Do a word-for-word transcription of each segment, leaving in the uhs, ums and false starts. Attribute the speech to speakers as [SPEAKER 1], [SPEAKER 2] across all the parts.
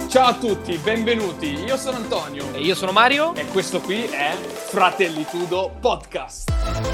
[SPEAKER 1] Ciao a tutti, benvenuti. Io sono Antonio.
[SPEAKER 2] E io sono Mario.
[SPEAKER 1] E questo qui è Fratellitudo Podcast.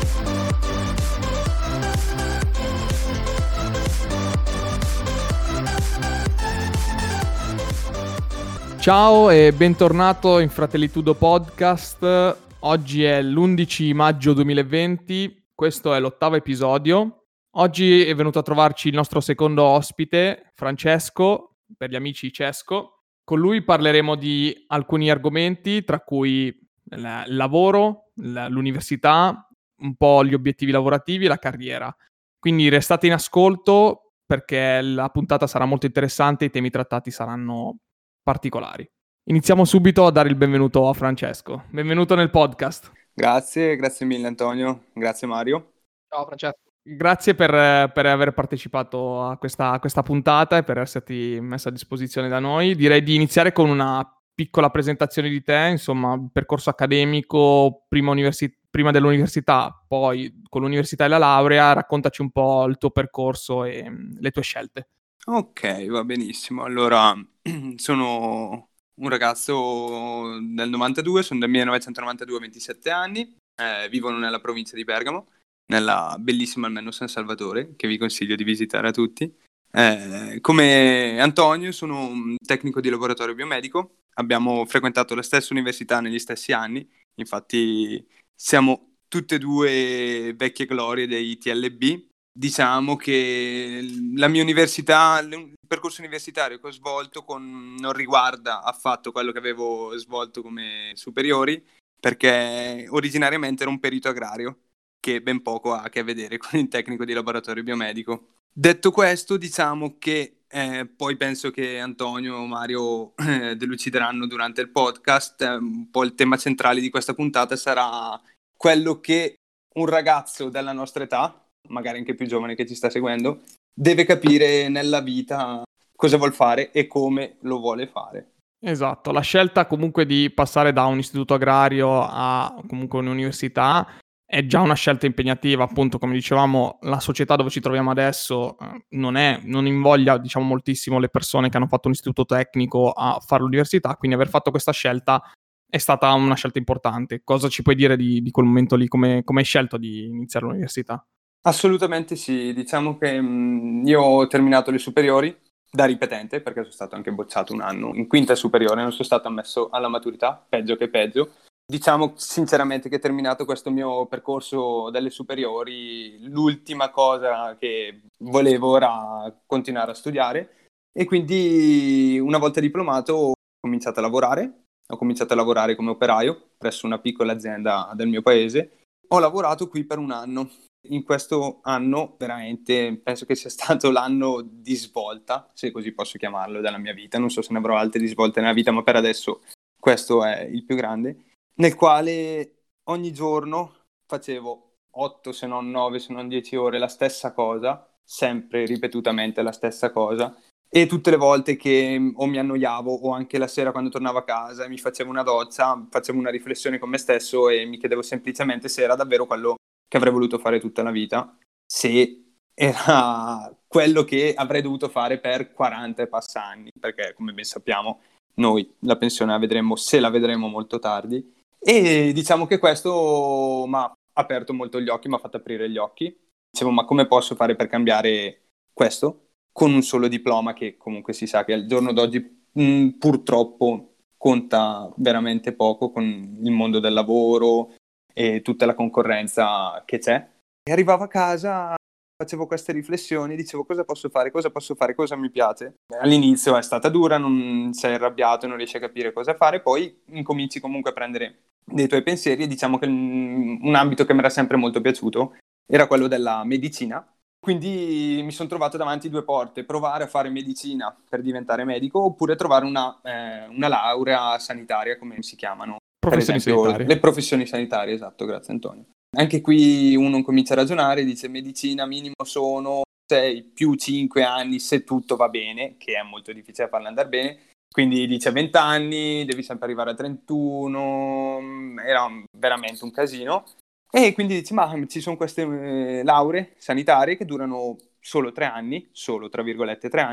[SPEAKER 3] Ciao e bentornato in Fratellitudo Podcast. Oggi è l'undici maggio duemilaventi, questo è l'ottavo episodio. Oggi è venuto a trovarci il nostro secondo ospite, Francesco, per gli amici Cesco. Con lui parleremo di alcuni argomenti, tra cui il lavoro, l'università, un po' gli obiettivi lavorativi e la carriera. Quindi restate in ascolto perché la puntata sarà molto interessante e i temi trattati saranno particolari. Iniziamo subito a dare il benvenuto a Francesco. Benvenuto nel podcast.
[SPEAKER 4] Grazie, grazie mille Antonio, grazie Mario.
[SPEAKER 2] Ciao Francesco.
[SPEAKER 3] Grazie per, per aver partecipato a questa, a questa puntata e per esserti messo a disposizione da noi. Direi di iniziare con una piccola presentazione di te, insomma, percorso accademico, prima, universi- prima dell'università, poi con l'università e la laurea. Raccontaci un po' il tuo percorso e mh, le tue scelte.
[SPEAKER 4] Ok, va benissimo. Allora, sono un ragazzo del novantadue, sono del millenovecentonovantadue, ventisette anni, eh, vivo nella provincia di Bergamo, nella bellissima Almeno San Salvatore, che vi consiglio di visitare a tutti. Eh, come Antonio sono un tecnico di laboratorio biomedico, abbiamo frequentato la stessa università negli stessi anni, infatti siamo tutte e due vecchie glorie dei T L B. Diciamo che la mia università, il percorso universitario che ho svolto con, non riguarda affatto quello che avevo svolto come superiori, perché originariamente ero un perito agrario, che ben poco ha a che vedere con il tecnico di laboratorio biomedico. Detto questo, diciamo che eh, poi penso che Antonio o Mario eh, delucideranno durante il podcast, eh, un po' il tema centrale di questa puntata sarà quello che un ragazzo della nostra età, magari anche più giovane che ci sta seguendo, deve capire nella vita cosa vuol fare e come lo vuole fare.
[SPEAKER 3] Esatto, la scelta comunque di passare da un istituto agrario a comunque un'università è già una scelta impegnativa, appunto, come dicevamo, la società dove ci troviamo adesso eh, non è, non invoglia, diciamo, moltissimo le persone che hanno fatto un istituto tecnico a fare l'università, quindi aver fatto questa scelta è stata una scelta importante. Cosa ci puoi dire di, di quel momento lì, come, come hai scelto di iniziare l'università?
[SPEAKER 4] Assolutamente sì, diciamo che mh, io ho terminato le superiori da ripetente, perché sono stato anche bocciato un anno in quinta superiore, non sono stato ammesso alla maturità, peggio che peggio. Diciamo sinceramente che terminato questo mio percorso delle superiori, l'ultima cosa che volevo era continuare a studiare e quindi una volta diplomato ho cominciato a lavorare, ho cominciato a lavorare come operaio presso una piccola azienda del mio paese, ho lavorato qui per un anno. In questo anno veramente penso che sia stato l'anno di svolta, se così posso chiamarlo, della mia vita. Non so se ne avrò altre di svolte nella vita, ma per adesso questo è il più grande, nel quale ogni giorno facevo otto se non nove se non dieci ore la stessa cosa, sempre ripetutamente la stessa cosa, e tutte le volte che o mi annoiavo o anche la sera quando tornavo a casa mi facevo una doccia, facevo una riflessione con me stesso e mi chiedevo semplicemente se era davvero quello che avrei voluto fare tutta la vita, se era quello che avrei dovuto fare per quaranta e passa anni, perché come ben sappiamo noi la pensione la vedremo, se la vedremo, molto tardi, e diciamo che questo mi ha aperto molto gli occhi, mi ha fatto aprire gli occhi. Dicevo, ma come posso fare per cambiare questo con un solo diploma, che comunque si sa che al giorno d'oggi mh, purtroppo conta veramente poco con il mondo del lavoro e tutta la concorrenza che c'è. E arrivavo a casa, facevo queste riflessioni, dicevo cosa posso fare, cosa posso fare, cosa mi piace. All'inizio è stata dura, non sei arrabbiato, non riesci a capire cosa fare, poi incominci comunque a prendere dei tuoi pensieri e diciamo che un ambito che mi era sempre molto piaciuto era quello della medicina. Quindi mi sono trovato davanti due porte: provare a fare medicina per diventare medico oppure trovare una, eh, una laurea sanitaria, come si chiamano.
[SPEAKER 3] Professioni
[SPEAKER 4] Per esempio,
[SPEAKER 3] sanitarie.
[SPEAKER 4] le professioni sanitarie, esatto, grazie Antonio. Anche qui uno comincia a ragionare, dice medicina minimo sono sei più cinque anni se tutto va bene, che è molto difficile farlo andare bene, quindi dice venti anni, devi sempre arrivare a trentuno, era veramente un casino. E quindi dici, ma ci sono queste eh, lauree sanitarie che durano solo tre anni, solo tra virgolette tre anni,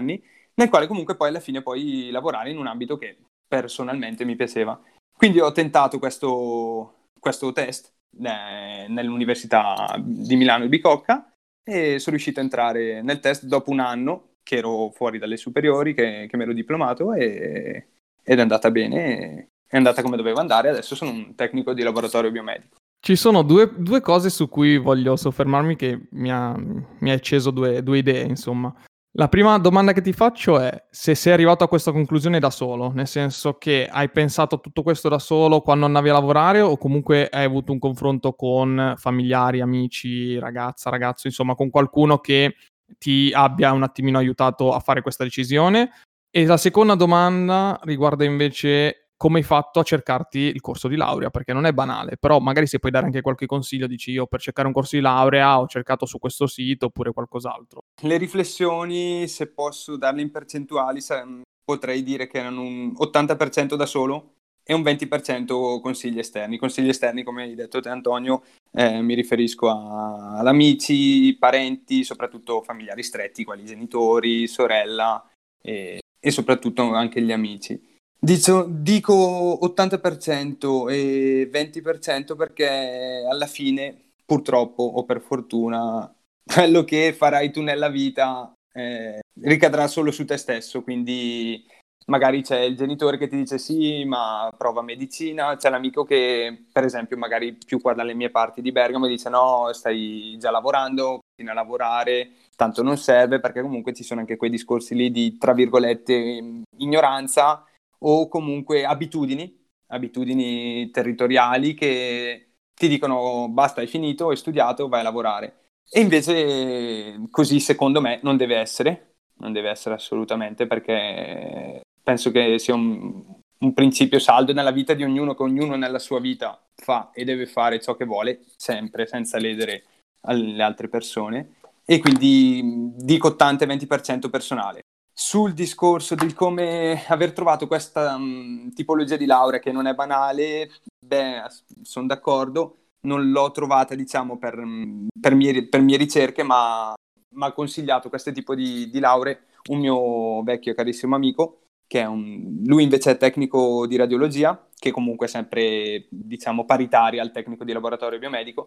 [SPEAKER 4] nel quale comunque poi alla fine puoi lavorare in un ambito che personalmente mi piaceva. Quindi ho tentato questo, questo test eh, nell'Università di Milano di Bicocca e sono riuscito a entrare nel test dopo un anno che ero fuori dalle superiori, che, che mi ero diplomato e, ed è andata bene, è andata come doveva andare. Adesso sono un tecnico di laboratorio biomedico.
[SPEAKER 3] Ci sono due, due cose su cui voglio soffermarmi che mi ha, mi ha acceso due, due idee, insomma. La prima domanda che ti faccio è se sei arrivato a questa conclusione da solo, nel senso che hai pensato a tutto questo da solo quando andavi a lavorare o comunque hai avuto un confronto con familiari, amici, ragazza, ragazzo, insomma con qualcuno che ti abbia un attimino aiutato a fare questa decisione? E la seconda domanda riguarda invece come hai fatto a cercarti il corso di laurea, perché non è banale, però magari se puoi dare anche qualche consiglio, dici io per cercare un corso di laurea ho cercato su questo sito oppure qualcos'altro.
[SPEAKER 4] Le riflessioni, se posso darle in percentuali, sa- potrei dire che erano un ottanta per cento da solo e un venti per cento consigli esterni. Consigli esterni, come hai detto te Antonio, eh, mi riferisco a, ad amici, parenti, soprattutto familiari stretti, quali genitori, sorella e, e soprattutto anche gli amici. Dico, dico ottanta per cento e venti per cento perché alla fine, purtroppo o per fortuna, quello che farai tu nella vita eh, ricadrà solo su te stesso, quindi magari c'è il genitore che ti dice sì, ma prova medicina, c'è l'amico che per esempio magari più qua dalle mie parti di Bergamo dice no, stai già lavorando, continua a lavorare, tanto non serve, perché comunque ci sono anche quei discorsi lì di, tra virgolette, ignoranza o comunque abitudini, abitudini territoriali che ti dicono basta, hai finito, hai studiato, vai a lavorare. E invece così secondo me non deve essere, non deve essere assolutamente, perché penso che sia un, un principio saldo nella vita di ognuno, che ognuno nella sua vita fa e deve fare ciò che vuole, sempre, senza ledere alle altre persone. E quindi dico ottanta venti per cento personale. Sul discorso di come aver trovato questa um, tipologia di laurea che non è banale, beh, sono d'accordo, non l'ho trovata, diciamo, per, per, mie, per mie ricerche, ma mi ha consigliato questo tipo di, di lauree un mio vecchio carissimo amico, che è un, lui invece è tecnico di radiologia, che comunque è sempre, diciamo, paritaria al tecnico di laboratorio biomedico,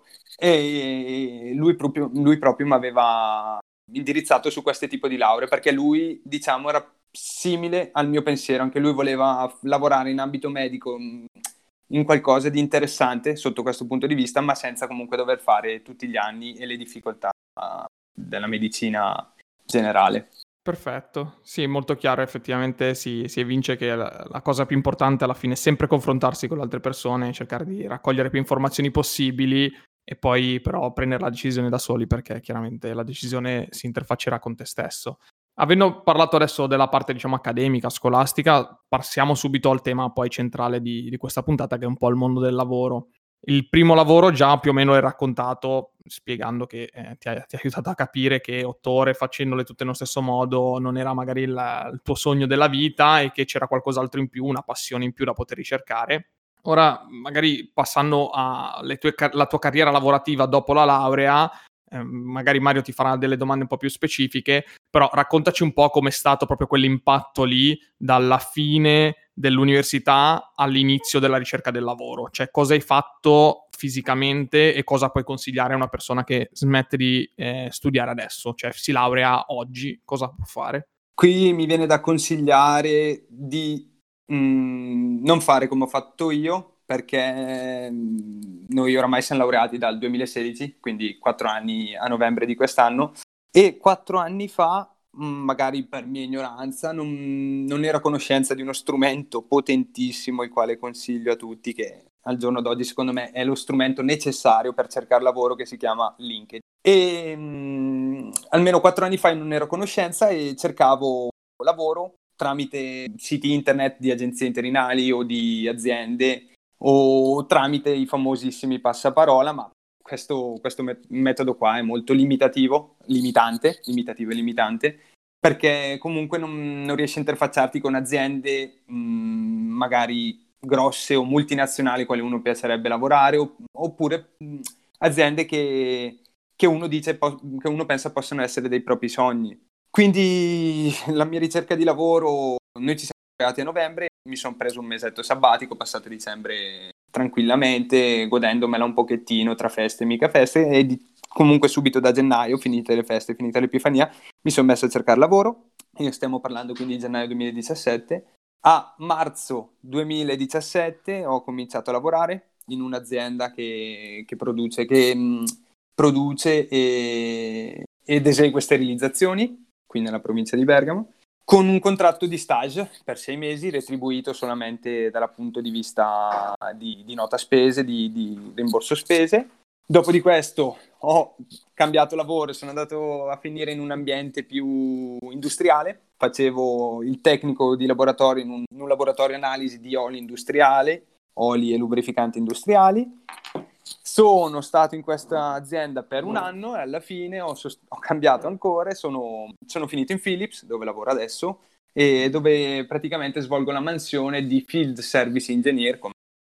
[SPEAKER 4] e lui proprio, lui proprio mi aveva indirizzato su questo tipo di lauree, perché lui, diciamo, era simile al mio pensiero, anche lui voleva lavorare in ambito medico, in qualcosa di interessante sotto questo punto di vista, ma senza comunque dover fare tutti gli anni e le difficoltà uh, della medicina generale.
[SPEAKER 3] Perfetto, sì, molto chiaro, effettivamente si, si evince che la, la cosa più importante alla fine è sempre confrontarsi con le altre persone, cercare di raccogliere più informazioni possibili e poi però prendere la decisione da soli, perché chiaramente la decisione si interfaccerà con te stesso. Avendo parlato adesso della parte, diciamo, accademica, scolastica, passiamo subito al tema poi centrale di, di questa puntata, che è un po' il mondo del lavoro. Il primo lavoro già più o meno l'hai raccontato, spiegando che eh, ti, ha, ti ha aiutato a capire che otto ore facendole tutte nello stesso modo non era magari il, il tuo sogno della vita e che c'era qualcos'altro in più, una passione in più da poter ricercare. Ora, magari passando alla tua carriera lavorativa dopo la laurea, eh, magari Mario ti farà delle domande un po' più specifiche, però raccontaci un po' com'è stato proprio quell'impatto lì dalla fine dell'università all'inizio della ricerca del lavoro, cioè cosa hai fatto fisicamente e cosa puoi consigliare a una persona che smette di eh, studiare adesso, cioè si laurea oggi, cosa può fare?
[SPEAKER 4] Qui mi viene da consigliare di mh, non fare come ho fatto io, perché mh, noi oramai siamo laureati dal duemilasedici, quindi quattro anni a novembre di quest'anno, e quattro anni fa, mh, magari per mia ignoranza, non, non ero a conoscenza di uno strumento potentissimo, il quale consiglio a tutti, che al giorno d'oggi secondo me è lo strumento necessario per cercare lavoro, che si chiama LinkedIn. E mh, almeno quattro anni fa non ero a conoscenza e cercavo lavoro tramite siti internet di agenzie interinali o di aziende o tramite i famosissimi passaparola, ma questo, questo met- metodo qua è molto limitativo, limitante, limitativo e limitante, perché comunque non, non riesci a interfacciarti con aziende mh, magari grosse o multinazionali, quali uno piacerebbe lavorare, opp- oppure mh, aziende che, che uno dice po- che uno pensa possano essere dei propri sogni. Quindi la mia ricerca di lavoro, noi ci siamo arrivati a novembre, mi sono preso un mesetto sabbatico, ho passato dicembre tranquillamente, godendomela un pochettino tra feste e mica feste, e di, comunque subito da gennaio, finite le feste, finita l'Epifania, mi sono messo a cercare lavoro, e stiamo parlando quindi di gennaio duemiladiciassette. A marzo duemiladiciassette ho cominciato a lavorare in un'azienda che, che produce, che, mh, produce e, ed esegue sterilizzazioni, qui nella provincia di Bergamo, con un contratto di stage per sei mesi, retribuito solamente dal punto di vista di, di nota spese, di, di rimborso spese. Dopo di questo ho cambiato lavoro e sono andato a finire in un ambiente più industriale. Facevo il tecnico di laboratorio in un, in un laboratorio analisi di oli industriali, oli e lubrificanti industriali. Sono stato in questa azienda per un anno e alla fine ho, sost- ho cambiato ancora e sono, sono finito in Philips, dove lavoro adesso, e dove praticamente svolgo la mansione di Field Service Engineer,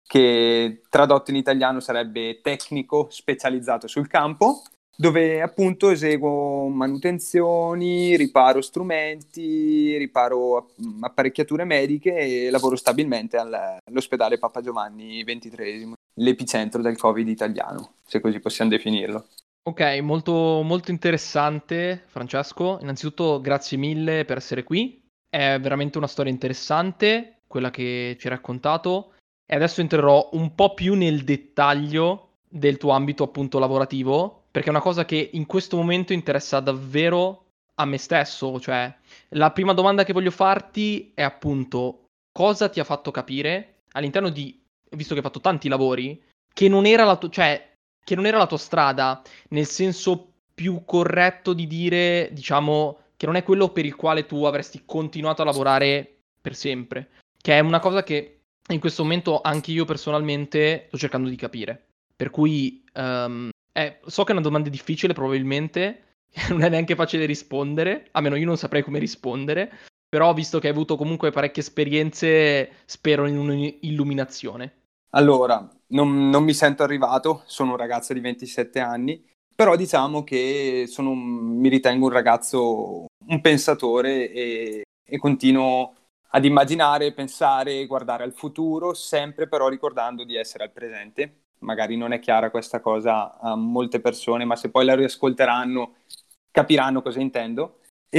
[SPEAKER 4] che tradotto in italiano sarebbe tecnico specializzato sul campo, dove appunto eseguo manutenzioni, riparo strumenti, riparo apparecchiature mediche e lavoro stabilmente all'ospedale Papa Giovanni ventitreesimo, l'epicentro del Covid italiano, se così possiamo definirlo.
[SPEAKER 2] Ok, molto, molto interessante, Francesco. Innanzitutto grazie mille per essere qui. È veramente una storia interessante, quella che ci hai raccontato. E adesso entrerò un po' più nel dettaglio del tuo ambito appunto lavorativo, perché è una cosa che in questo momento interessa davvero a me stesso. Cioè, la prima domanda che voglio farti è appunto cosa ti ha fatto capire all'interno di, visto che hai fatto tanti lavori, che non era la tua, cioè, che non era la tua strada, nel senso più corretto di dire, diciamo, che non è quello per il quale tu avresti continuato a lavorare per sempre, che è una cosa che in questo momento anche io personalmente sto cercando di capire. Per cui um, eh, so che è una domanda difficile probabilmente, non è neanche facile rispondere, almeno io non saprei come rispondere, però visto che hai avuto comunque parecchie esperienze, spero in un'illuminazione.
[SPEAKER 4] Allora, non, non mi sento arrivato, sono un ragazzo di ventisette anni, però diciamo che sono un, mi ritengo un ragazzo, un pensatore e, e continuo ad immaginare, pensare, guardare al futuro, sempre però ricordando di essere al presente. Magari non è chiara questa cosa a molte persone, ma se poi la riascolteranno capiranno cosa intendo.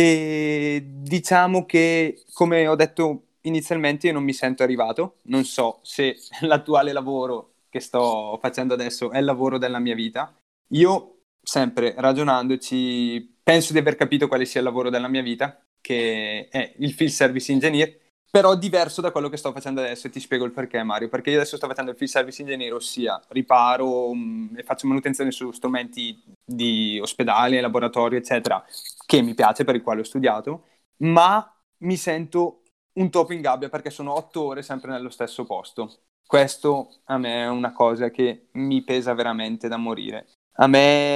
[SPEAKER 4] E diciamo che, come ho detto inizialmente, io non mi sento arrivato, non so se l'attuale lavoro che sto facendo adesso è il lavoro della mia vita. Io, sempre ragionandoci, penso di aver capito quale sia il lavoro della mia vita, che è il Field Service Engineer, però diverso da quello che sto facendo adesso, e ti spiego il perché, Mario. Perché io adesso sto facendo il Field Service Engineer, ossia riparo mh, e faccio manutenzione su strumenti di ospedale, laboratorio, eccetera, che mi piace, per il quale ho studiato, ma mi sento un topo in gabbia perché sono otto ore sempre nello stesso posto. Questo a me è una cosa che mi pesa veramente da morire. A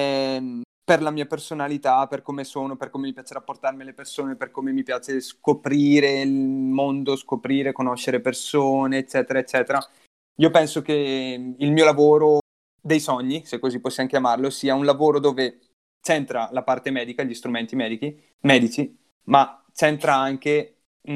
[SPEAKER 4] me, per la mia personalità, per come sono, per come mi piace rapportarmi alle persone, per come mi piace scoprire il mondo, scoprire, conoscere persone, eccetera, eccetera, io penso che il mio lavoro dei sogni, se così possiamo chiamarlo, sia un lavoro dove c'entra la parte medica, gli strumenti medici, medici, ma c'entra anche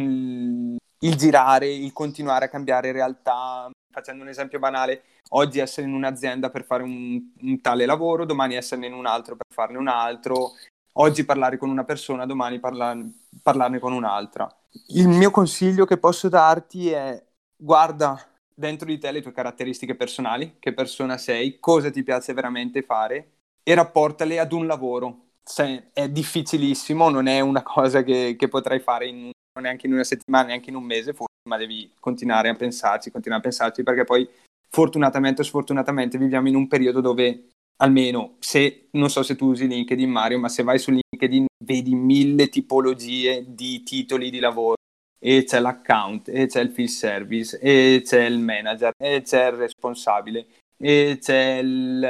[SPEAKER 4] il, il girare, il continuare a cambiare realtà. Facendo un esempio banale, oggi essere in un'azienda per fare un, un tale lavoro, domani esserne in un altro per farne un altro, oggi parlare con una persona, domani parla, parlarne con un'altra. Il mio consiglio che posso darti è: guarda dentro di te le tue caratteristiche personali, che persona sei, cosa ti piace veramente fare, e rapportale ad un lavoro. Se è difficilissimo, non è una cosa che, che potrai fare in, neanche in una settimana, neanche in un mese forse, ma devi continuare a pensarci, continuare a pensarci, perché poi fortunatamente o sfortunatamente viviamo in un periodo dove, almeno se, non so se tu usi LinkedIn, Mario, ma se vai su LinkedIn vedi mille tipologie di titoli di lavoro, e c'è l'account, e c'è il field service, e c'è il manager, e c'è il responsabile, e c'è il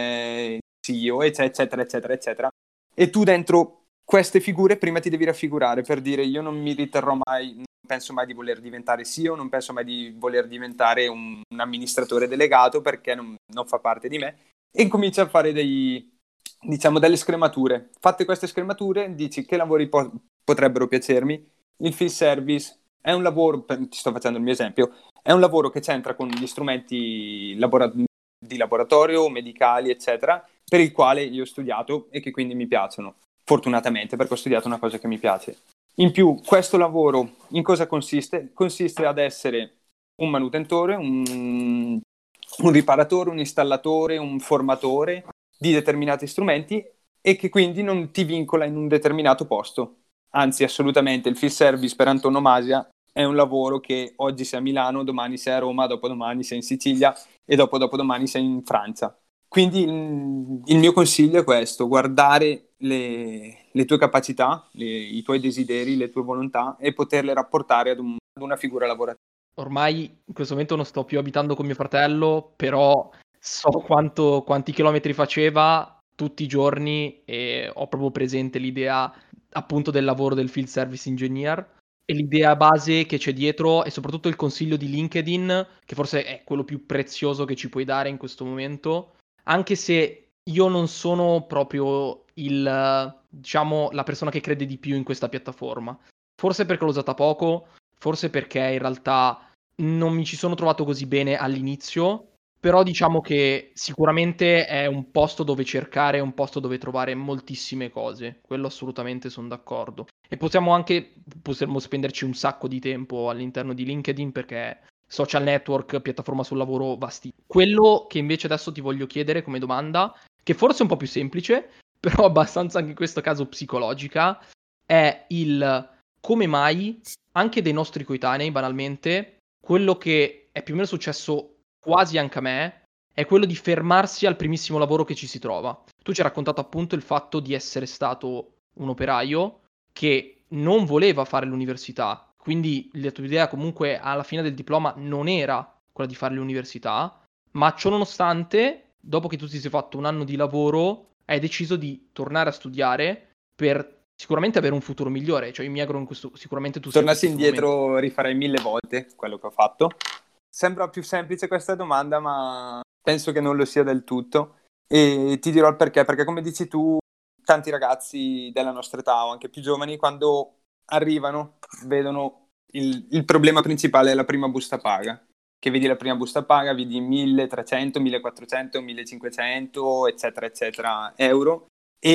[SPEAKER 4] eh, C E O, eccetera, eccetera, eccetera. E tu dentro queste figure prima ti devi raffigurare per dire: io non mi riterrò mai, non penso mai di voler diventare C E O, non penso mai di voler diventare un, un amministratore delegato, perché non, non fa parte di me. E incominci a fare dei, diciamo, delle scremature. Fatte queste scremature, dici che lavori po- potrebbero piacermi. Il field service è un lavoro, ti sto facendo il mio esempio, è un lavoro che c'entra con gli strumenti labora- di laboratorio, medicali, eccetera, per il quale io ho studiato e che quindi mi piacciono, fortunatamente, perché ho studiato una cosa che mi piace. In più, questo lavoro in cosa consiste? Consiste ad essere un manutentore, un, un riparatore, un installatore, un formatore di determinati strumenti e che quindi non ti vincola in un determinato posto. Anzi, assolutamente, il field service per antonomasia è un lavoro che oggi sei a Milano, domani sei a Roma, dopodomani sei in Sicilia e dopo dopodomani sei in Francia. Quindi il, il mio consiglio è questo: guardare le, le tue capacità, le, i tuoi desideri, le tue volontà e poterle rapportare ad, un, ad una figura lavorativa.
[SPEAKER 2] Ormai in questo momento non sto più abitando con mio fratello, però so quanto, quanti chilometri faceva tutti i giorni e ho proprio presente l'idea appunto del lavoro del field service engineer e l'idea base che c'è dietro e soprattutto il consiglio di LinkedIn, che forse è quello più prezioso che ci puoi dare in questo momento, anche se io non sono proprio il, diciamo, la persona che crede di più in questa piattaforma. Forse perché l'ho usata poco, forse perché in realtà non mi ci sono trovato così bene all'inizio, però diciamo che sicuramente è un posto dove cercare, un posto dove trovare moltissime cose, quello assolutamente sono d'accordo. E possiamo anche, possiamo spenderci un sacco di tempo all'interno di LinkedIn perché social network, piattaforma sul lavoro vasti. Quello che invece adesso ti voglio chiedere come domanda, che forse è un po' più semplice, però abbastanza anche in questo caso psicologica, è il come mai anche dei nostri coetanei, banalmente, quello che è più o meno successo quasi anche a me, è quello di fermarsi al primissimo lavoro che ci si trova. Tu ci hai raccontato appunto il fatto di essere stato un operaio che non voleva fare l'università, quindi la tua idea comunque alla fine del diploma non era quella di fare l'università, ma ciò nonostante, dopo che tu ti sei fatto un anno di lavoro, hai deciso di tornare a studiare per sicuramente avere un futuro migliore, cioè io mi auguro in questo, sicuramente tu sia
[SPEAKER 4] Tornassi
[SPEAKER 2] in questo
[SPEAKER 4] indietro
[SPEAKER 2] momento.
[SPEAKER 4] rifarei mille volte quello che ho fatto. Sembra più semplice questa domanda, ma penso che non lo sia del tutto e ti dirò il perché, perché come dici tu, tanti ragazzi della nostra età o anche più giovani quando arrivano vedono il, il problema principale è la prima busta paga, che vedi la prima busta paga, vedi milletrecento, millequattrocento, millecinquecento, eccetera, eccetera euro.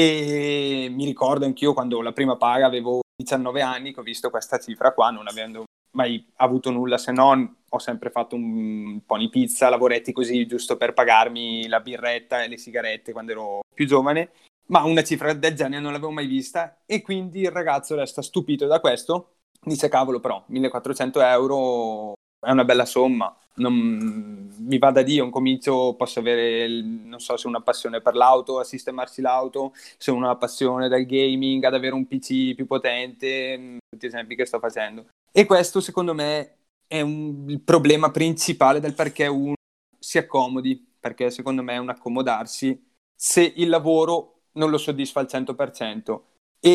[SPEAKER 4] E mi ricordo anch'io quando la prima paga avevo diciannove anni che ho visto questa cifra qua, non avendo mai avuto nulla se non ho sempre fatto un po' di pizza, lavoretti così giusto per pagarmi la birretta e le sigarette quando ero più giovane, ma una cifra del genere non l'avevo mai vista e quindi il ragazzo resta stupito da questo, dice cavolo però millequattrocento euro è una bella somma, non mi va da Dio, un comincio, posso avere, non so se una passione per l'auto, a sistemarsi l'auto, se una passione del gaming, ad avere un P C più potente, tutti esempi che sto facendo. E questo secondo me è un, il problema principale del perché uno si accomodi, perché secondo me è un accomodarsi se il lavoro non lo soddisfa al cento per cento.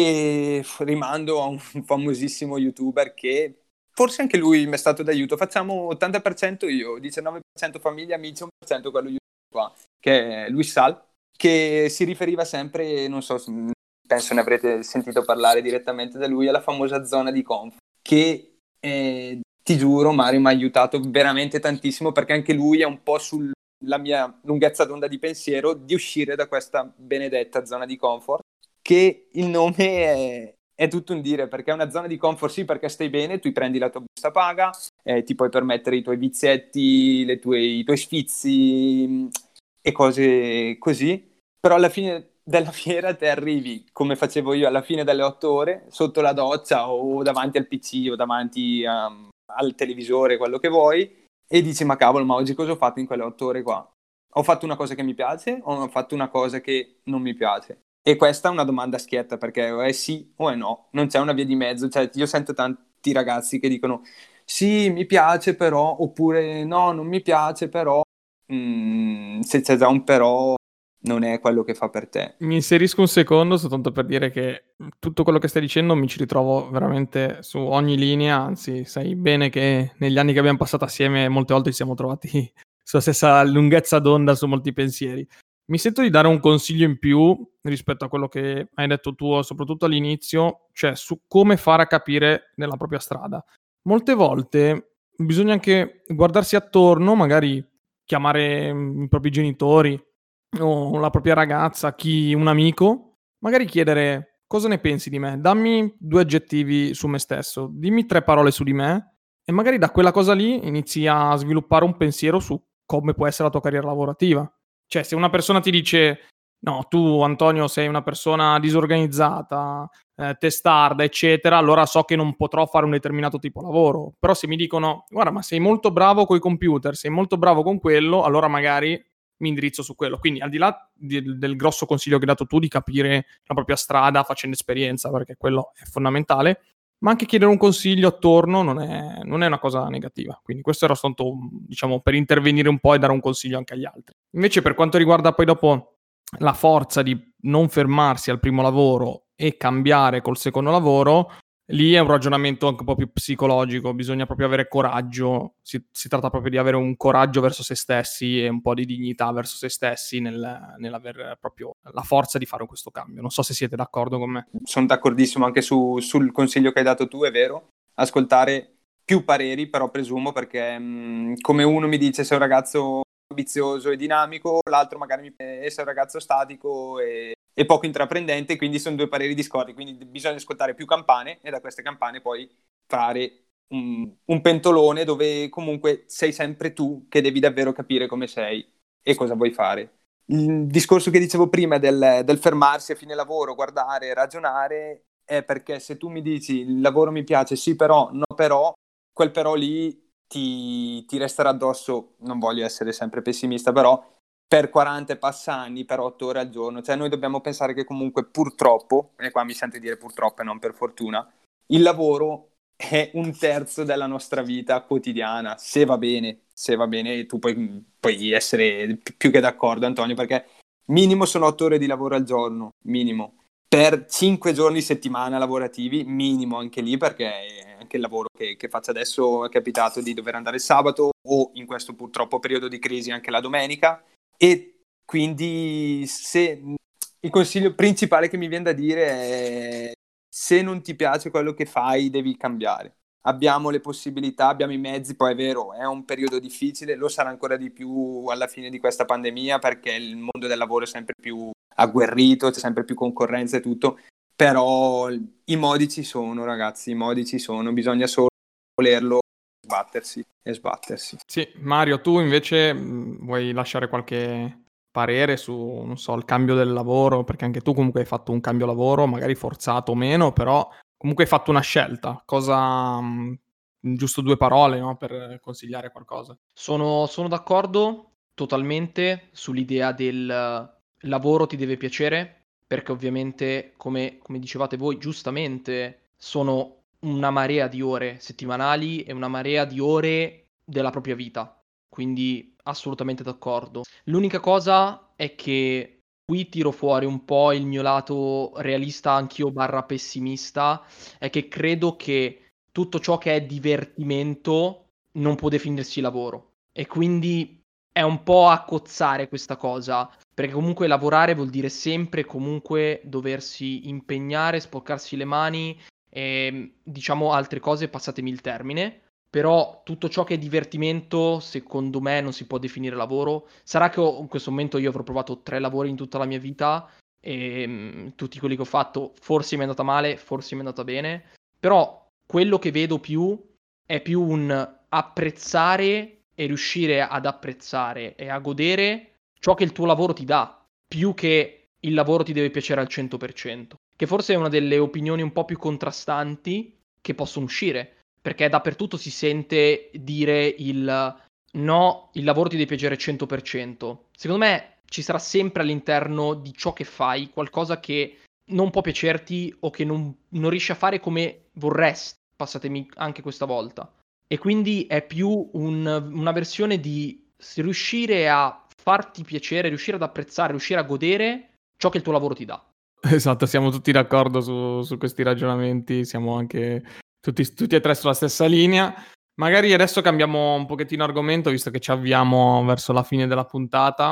[SPEAKER 4] E rimando a un famosissimo youtuber che forse anche lui mi è stato d'aiuto. Facciamo ottanta per cento io, diciannove per cento famiglia, amici, un per cento quello YouTube qua, che è Luis Sal, che si riferiva sempre, non so, penso ne avrete sentito parlare direttamente da lui, alla famosa zona di comfort, che eh, ti giuro Mario mi ha aiutato veramente tantissimo perché anche lui è un po' sulla mia lunghezza d'onda di pensiero di uscire da questa benedetta zona di comfort, che il nome è... è tutto un dire, perché è una zona di comfort sì, perché stai bene, tu prendi la tua busta paga, eh, ti puoi permettere i tuoi vizietti, le tue, i tuoi sfizi e cose così, però alla fine della fiera te arrivi, come facevo io, alla fine delle otto ore, sotto la doccia o davanti al P C o davanti um, al televisore, quello che vuoi, e dici ma cavolo, ma oggi cosa ho fatto in quelle otto ore qua? Ho fatto una cosa che mi piace o ho fatto una cosa che non mi piace? E questa è una domanda schietta perché o è sì o è no, non c'è una via di mezzo. Cioè, io sento tanti ragazzi che dicono sì, mi piace però, oppure no, non mi piace però. Mm, se c'è già un però, non è quello che fa per te.
[SPEAKER 3] Mi inserisco un secondo soltanto per dire che tutto quello che stai dicendo mi ci ritrovo veramente su ogni linea, anzi sai bene che negli anni che abbiamo passato assieme molte volte ci siamo trovati sulla stessa lunghezza d'onda su molti pensieri. mi sento di dare un consiglio in più rispetto a quello che hai detto tu, soprattutto all'inizio, cioè su come fare a capire nella propria strada. Molte volte bisogna anche guardarsi attorno, magari chiamare mm, i propri genitori o la propria ragazza, chi, un amico, magari chiedere cosa ne pensi di me, dammi due aggettivi su me stesso, dimmi tre parole su di me e magari da quella cosa lì inizi a sviluppare un pensiero su come può essere la tua carriera lavorativa. Cioè, se una persona ti dice: "No, tu Antonio sei una persona disorganizzata, ehm, testarda, eccetera", allora so che non potrò fare un determinato tipo lavoro. Però se mi dicono: "Guarda, ma sei molto bravo coi computer, sei molto bravo con quello", allora magari mi indirizzo su quello. Quindi al di là del del grosso consiglio che hai dato tu di capire la propria strada facendo esperienza, perché quello è fondamentale, ma anche chiedere un consiglio attorno non è non è una cosa negativa. Quindi questo era soltanto, mhmm, diciamo, per intervenire un po' e dare un consiglio anche agli altri. Invece per quanto riguarda poi dopo la forza di non fermarsi al primo lavoro e cambiare col secondo lavoro, lì è un ragionamento anche un po' più psicologico, bisogna proprio avere coraggio, si si tratta proprio di avere un coraggio verso se stessi e un po' di dignità verso se stessi nel nell'aver proprio la forza di fare questo cambio. Non so se siete d'accordo con me.
[SPEAKER 4] Sono d'accordissimo anche su- sul consiglio che hai dato tu, è vero, ascoltare più pareri, però presumo, perché mh, come uno mi dice sei un ragazzo ambizioso e dinamico, l'altro magari mi dice sei un ragazzo statico e, e poco intraprendente, quindi sono due pareri discordi, quindi bisogna ascoltare più campane e da queste campane poi fare un, un pentolone dove comunque sei sempre tu che devi davvero capire come sei e cosa vuoi fare. Il discorso che dicevo prima del, del fermarsi a fine lavoro, guardare, ragionare, è perché se tu mi dici il lavoro mi piace, sì però, no però, quel però lì ti, ti resterà addosso, non voglio essere sempre pessimista, però per quaranta e passa anni, per otto ore al giorno. Cioè noi dobbiamo pensare che comunque purtroppo, e qua mi sento dire purtroppo e non per fortuna, il lavoro è un terzo della nostra vita quotidiana, se va bene, se va bene, tu puoi, puoi essere più che d'accordo, Antonio, perché minimo sono otto ore di lavoro al giorno, minimo, per cinque giorni settimana lavorativi, minimo anche lì, perché anche il lavoro che, che faccio adesso è capitato di dover andare il sabato o in questo purtroppo periodo di crisi anche la domenica, e quindi se il consiglio principale che mi viene da dire è: se non ti piace quello che fai, devi cambiare. Abbiamo le possibilità, abbiamo i mezzi, poi è vero, è un periodo difficile, lo sarà ancora di più alla fine di questa pandemia, perché il mondo del lavoro è sempre più agguerrito, c'è sempre più concorrenza e tutto, però i modi ci sono, ragazzi, i modi ci sono, bisogna solo volerlo, sbattersi e sbattersi.
[SPEAKER 3] Sì, Mario, tu invece mh, vuoi lasciare qualche parere su, non so, il cambio del lavoro? Perché anche tu comunque hai fatto un cambio lavoro, magari forzato o meno, però comunque hai fatto una scelta. Cosa, mh, giusto due parole, no, per consigliare qualcosa.
[SPEAKER 2] Sono, sono d'accordo totalmente sull'idea del lavoro ti deve piacere, perché ovviamente, come, come dicevate voi, giustamente, sono una marea di ore settimanali e una marea di ore della propria vita. Quindi assolutamente d'accordo. L'unica cosa è che qui tiro fuori un po' il mio lato realista, anch'io barra pessimista, è che credo che tutto ciò che è divertimento non può definirsi lavoro. E quindi è un po' a cozzare questa cosa, perché comunque lavorare vuol dire sempre comunque doversi impegnare, sporcarsi le mani e diciamo altre cose, passatemi il termine. Però tutto ciò che è divertimento, secondo me, non si può definire lavoro. Sarà che ho- in questo momento io avrò provato tre lavori in tutta la mia vita e mh, tutti quelli che ho fatto, forse mi è andata male, forse mi è andata bene. Però quello che vedo più è più un apprezzare e riuscire ad apprezzare e a godere ciò che il tuo lavoro ti dà, più che il lavoro ti deve piacere al cento per cento. Che forse è una delle opinioni un po' più contrastanti che possono uscire, perché dappertutto si sente dire il no, il lavoro ti deve piacere al cento per cento. Secondo me ci sarà sempre all'interno di ciò che fai qualcosa che non può piacerti o che non, non riesci a fare come vorresti, passatemi anche questa volta. E quindi è più un- una versione di s- riuscire a farti piacere, riuscire ad apprezzare, riuscire a godere ciò che il tuo lavoro ti dà.
[SPEAKER 3] Esatto, siamo tutti d'accordo su, su questi ragionamenti, siamo anche tutti, tutti e tre sulla stessa linea. Magari adesso cambiamo un pochettino argomento, visto che ci avviamo verso la fine della puntata,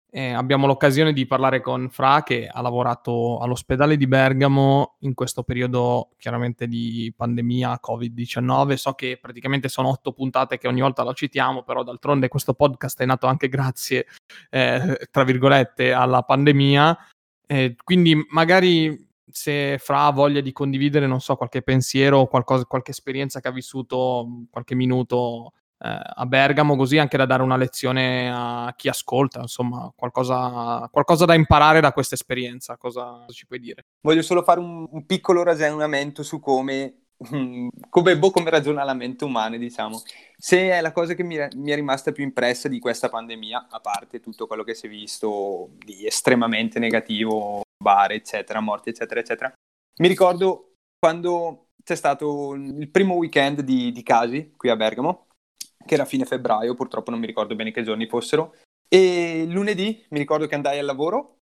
[SPEAKER 3] Eh, abbiamo l'occasione di parlare con Fra, che ha lavorato all'ospedale di Bergamo in questo periodo chiaramente di pandemia covid diciannove. So che praticamente sono otto puntate che ogni volta lo citiamo, però d'altronde questo podcast è nato anche grazie, eh, tra virgolette, alla pandemia. Eh, quindi magari se Fra ha voglia di condividere, non so, qualche pensiero o qualcosa, qualche esperienza che ha vissuto, qualche minuto eh, a Bergamo, così anche da dare una lezione a chi ascolta, insomma, qualcosa, qualcosa da imparare da questa esperienza, cosa ci puoi dire?
[SPEAKER 4] Voglio solo fare un, un piccolo ragionamento su come, come, boh, come ragiona la mente umana, diciamo. Se è la cosa che mi, mi è rimasta più impressa di questa pandemia, a parte tutto quello che si è visto di estremamente negativo, bar, eccetera, morti, eccetera, eccetera, mi ricordo quando c'è stato il primo weekend di, di Casi qui a Bergamo, che era fine febbraio, purtroppo non mi ricordo bene che giorni fossero, e lunedì mi ricordo che andai al lavoro,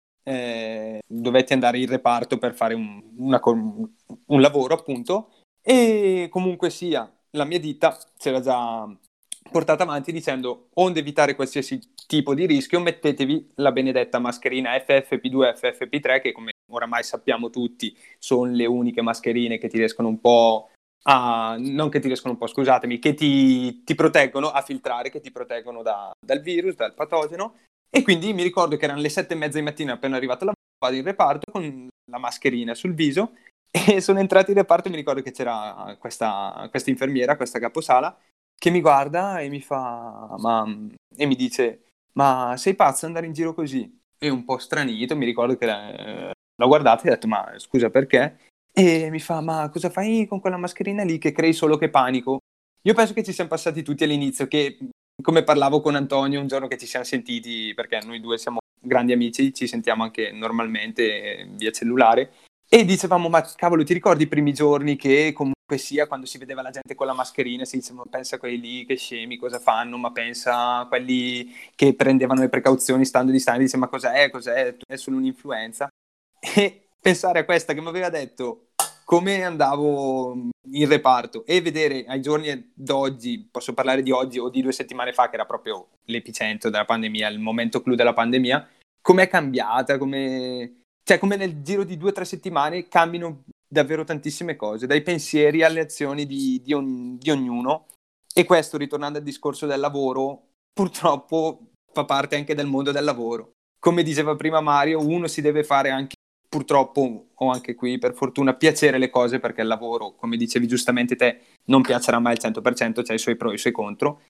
[SPEAKER 4] eh, dovetti andare in reparto per fare un, una, un lavoro appunto, e comunque sia la mia ditta si era già portata avanti dicendo: onde evitare qualsiasi tipo di rischio, mettetevi la benedetta mascherina F F P due, F F P tre, che come oramai sappiamo tutti sono le uniche mascherine che ti riescono un po' a, non che ti riescono un po', scusatemi, che ti, ti proteggono a filtrare, che ti proteggono da, dal virus, dal patogeno. E quindi mi ricordo che erano le sette e mezza di mattina, appena arrivato al lavoro, vado in reparto con la mascherina sul viso, e sono entrato in reparto e mi ricordo che c'era questa, questa infermiera, questa caposala, che mi guarda e mi fa, ma, e mi dice: ma sei pazzo ad andare in giro così? E un po' stranito, mi ricordo che eh, l'ho guardata e ho detto: ma scusa, perché? E mi fa: ma cosa fai con quella mascherina lì che crei solo che panico? Io penso che ci siamo passati tutti all'inizio, che come parlavo con Antonio un giorno che ci siamo sentiti, perché noi due siamo grandi amici, ci sentiamo anche normalmente via cellulare, e dicevamo: ma cavolo, ti ricordi i primi giorni che comunque sia, quando si vedeva la gente con la mascherina, si diceva: pensa a quelli lì che scemi, cosa fanno, ma pensa a quelli che prendevano le precauzioni stando distanti, dice: ma cos'è, cos'è, è solo un'influenza. E pensare a questa che mi aveva detto come andavo in reparto e vedere ai giorni d'oggi, posso parlare di oggi o di due settimane fa, che era proprio l'epicentro della pandemia, il momento clou della pandemia, com'è cambiata, come... cioè come nel giro di due o tre settimane cambino davvero tantissime cose, dai pensieri alle azioni di, di, on... di ognuno. E questo, ritornando al discorso del lavoro, purtroppo fa parte anche del mondo del lavoro. Come diceva prima Mario, uno si deve fare anche, purtroppo, o anche qui per fortuna, piacere le cose, perché il lavoro, come dicevi giustamente te, non piacerà mai al cento per cento, c'è i suoi pro e i suoi contro,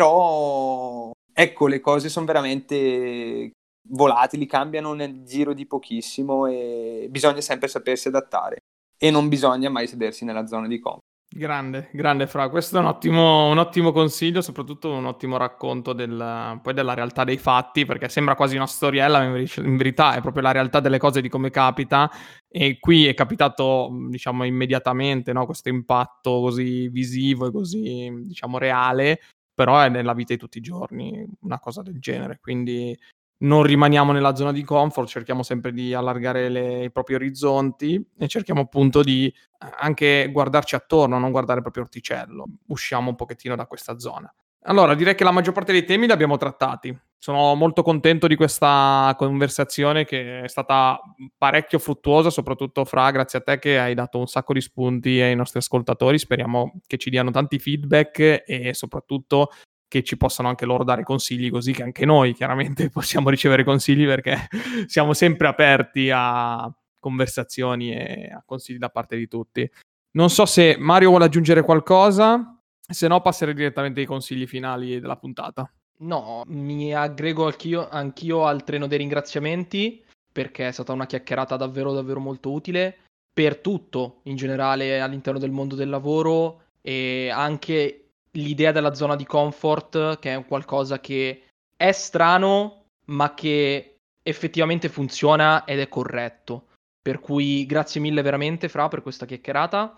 [SPEAKER 4] però ecco, le cose sono veramente volatili, cambiano nel giro di pochissimo e bisogna sempre sapersi adattare e non bisogna mai sedersi nella zona di comfort.
[SPEAKER 3] Grande, grande Fra, questo è un ottimo, un ottimo consiglio, soprattutto un ottimo racconto del, poi della realtà dei fatti, perché sembra quasi una storiella, ma in verità è proprio la realtà delle cose, di come capita, e qui è capitato, diciamo, immediatamente, no? Questo impatto così visivo e così, diciamo, reale, però è nella vita di tutti i giorni una cosa del genere, quindi non rimaniamo nella zona di comfort, cerchiamo sempre di allargare le, i propri orizzonti e cerchiamo appunto di anche guardarci attorno, non guardare proprio orticello. Usciamo un pochettino da questa zona. Allora, direi che la maggior parte dei temi li abbiamo trattati. Sono molto contento di questa conversazione, che è stata parecchio fruttuosa, soprattutto Fra, grazie a te che hai dato un sacco di spunti ai nostri ascoltatori. Speriamo che ci diano tanti feedback e soprattutto che ci possano anche loro dare consigli, così che anche noi chiaramente possiamo ricevere consigli, perché siamo sempre aperti a conversazioni e a consigli da parte di tutti. Non so se Mario vuole aggiungere qualcosa, se no passerei direttamente ai consigli finali della puntata.
[SPEAKER 2] No, mi aggrego anch'io, anch'io al treno dei ringraziamenti, perché è stata una chiacchierata davvero davvero molto utile per tutto in generale all'interno del mondo del lavoro, e anche l'idea della zona di comfort, che è qualcosa che è strano ma che effettivamente funziona ed è corretto. Per cui grazie mille veramente Fra per questa chiacchierata,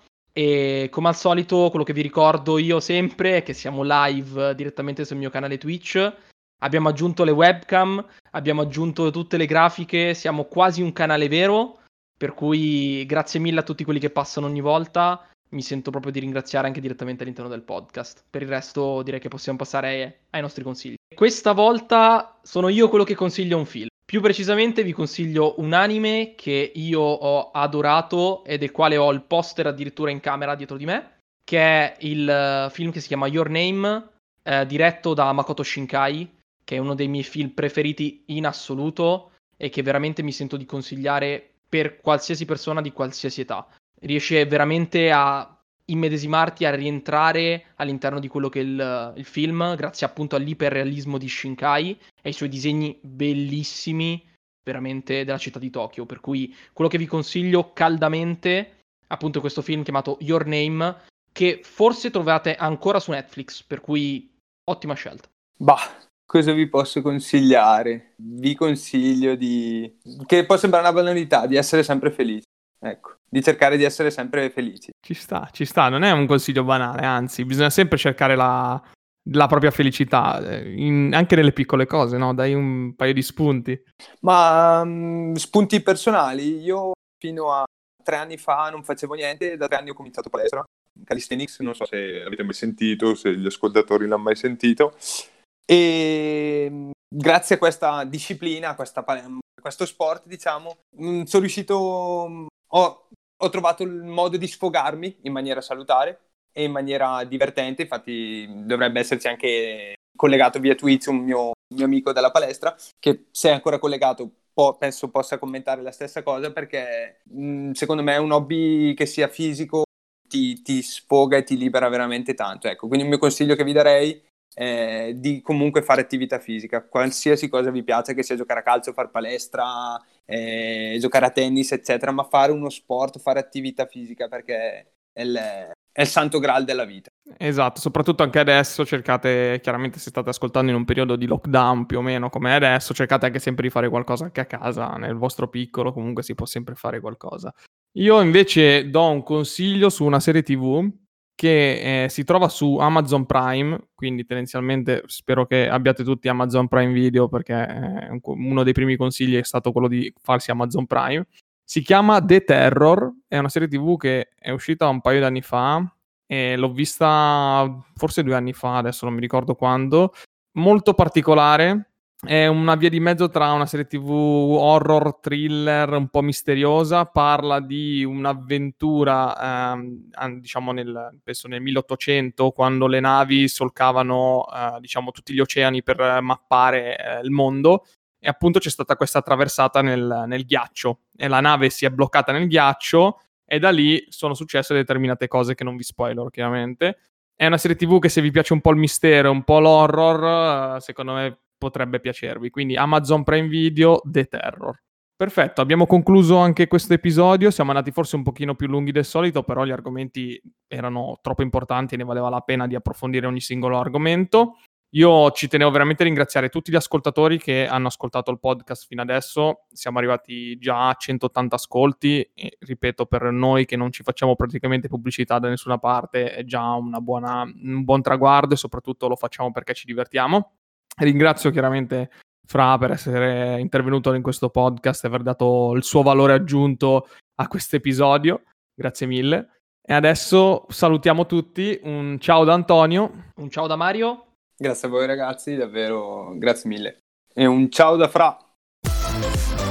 [SPEAKER 2] e come al solito quello che vi ricordo io sempre è che siamo live direttamente sul mio canale Twitch, abbiamo aggiunto le webcam, abbiamo aggiunto tutte le grafiche, siamo quasi un canale vero, per cui grazie mille a tutti quelli che passano ogni volta, mi sento proprio di ringraziare anche direttamente all'interno del podcast. Per il resto direi che possiamo passare ai nostri consigli. Questa volta sono io quello che consiglia un film. Più precisamente vi consiglio un anime che io ho adorato e del quale ho il poster addirittura in camera dietro di me, che è il uh, film che si chiama Your Name, eh, diretto da Makoto Shinkai, che è uno dei miei film preferiti in assoluto e che veramente mi sento di consigliare per qualsiasi persona di qualsiasi età. Riesce veramente a immedesimarti, a rientrare all'interno di quello che è il, il film, grazie appunto all'iperrealismo di Shinkai e ai suoi disegni bellissimi, veramente, della città di Tokyo. Per cui quello che vi consiglio caldamente, appunto, è questo film chiamato Your Name, che forse trovate ancora su Netflix, per cui ottima scelta.
[SPEAKER 4] Bah, cosa vi posso consigliare? Vi consiglio di... che può sembrare una banalità, di essere sempre felici. Ecco, di cercare di essere sempre felici.
[SPEAKER 3] Ci sta, ci sta, non è un consiglio banale, anzi, bisogna sempre cercare la, la propria felicità, in, anche nelle piccole cose, no? Dai un paio di spunti.
[SPEAKER 4] Ma um, spunti personali, io fino a tre anni fa non facevo niente, da tre anni ho cominciato palestra, calisthenics, non so se l'avete mai sentito, se gli ascoltatori l'hanno mai sentito, e grazie a questa disciplina, a questa, a questo sport, diciamo, sono riuscito... Ho, ho trovato il modo di sfogarmi in maniera salutare e in maniera divertente, infatti dovrebbe esserci anche collegato via Twitch un mio, mio amico della palestra, che se è ancora collegato po- penso possa commentare la stessa cosa, perché mh, secondo me è un hobby che sia fisico, ti, ti sfoga e ti libera veramente tanto. Ecco, quindi il mio consiglio che vi darei è di comunque fare attività fisica, qualsiasi cosa vi piace, che sia giocare a calcio, fare palestra, eh, giocare a tennis, eccetera, ma fare uno sport, fare attività fisica, perché è il, è il santo graal della vita.
[SPEAKER 3] Esatto, soprattutto anche adesso cercate, chiaramente se state ascoltando in un periodo di lockdown più o meno come adesso, cercate anche sempre di fare qualcosa anche a casa, nel vostro piccolo, comunque si può sempre fare qualcosa. Io invece do un consiglio su una serie tivù che eh, si trova su Amazon Prime, quindi tendenzialmente spero che abbiate tutti Amazon Prime Video, perché eh, uno dei primi consigli è stato quello di farsi Amazon Prime. Si chiama The Terror, è una serie tivù che è uscita un paio di anni fa e l'ho vista forse due anni fa, adesso non mi ricordo quando, molto particolare. È una via di mezzo tra una serie tivù horror, thriller, un po' misteriosa. Parla di un'avventura, ehm, diciamo nel, penso nel milleottocento, quando le navi solcavano eh, diciamo tutti gli oceani per mappare eh, il mondo. E appunto c'è stata questa traversata nel, nel ghiaccio e la nave si è bloccata nel ghiaccio e da lì sono successe determinate cose che non vi spoilerò chiaramente. È una serie tivù che se vi piace un po' il mistero, un po' l'horror, eh, secondo me potrebbe piacervi. Quindi Amazon Prime Video, The Terror. Perfetto, abbiamo concluso anche questo episodio. Siamo andati forse un pochino più lunghi del solito, però gli argomenti erano troppo importanti e ne valeva la pena di approfondire ogni singolo argomento. Io ci tenevo veramente a ringraziare tutti gli ascoltatori che hanno ascoltato il podcast fino adesso. Siamo arrivati già a centottanta ascolti e, ripeto, per noi che non ci facciamo praticamente pubblicità da nessuna parte è già una buona, un buon traguardo, e soprattutto lo facciamo perché ci divertiamo. Ringrazio chiaramente Fra per essere intervenuto in questo podcast e aver dato il suo valore aggiunto a questo episodio. Grazie mille. E adesso salutiamo tutti. Un ciao da Antonio.
[SPEAKER 2] Un ciao da Mario.
[SPEAKER 4] Grazie a voi ragazzi, davvero grazie mille. E un ciao da Fra.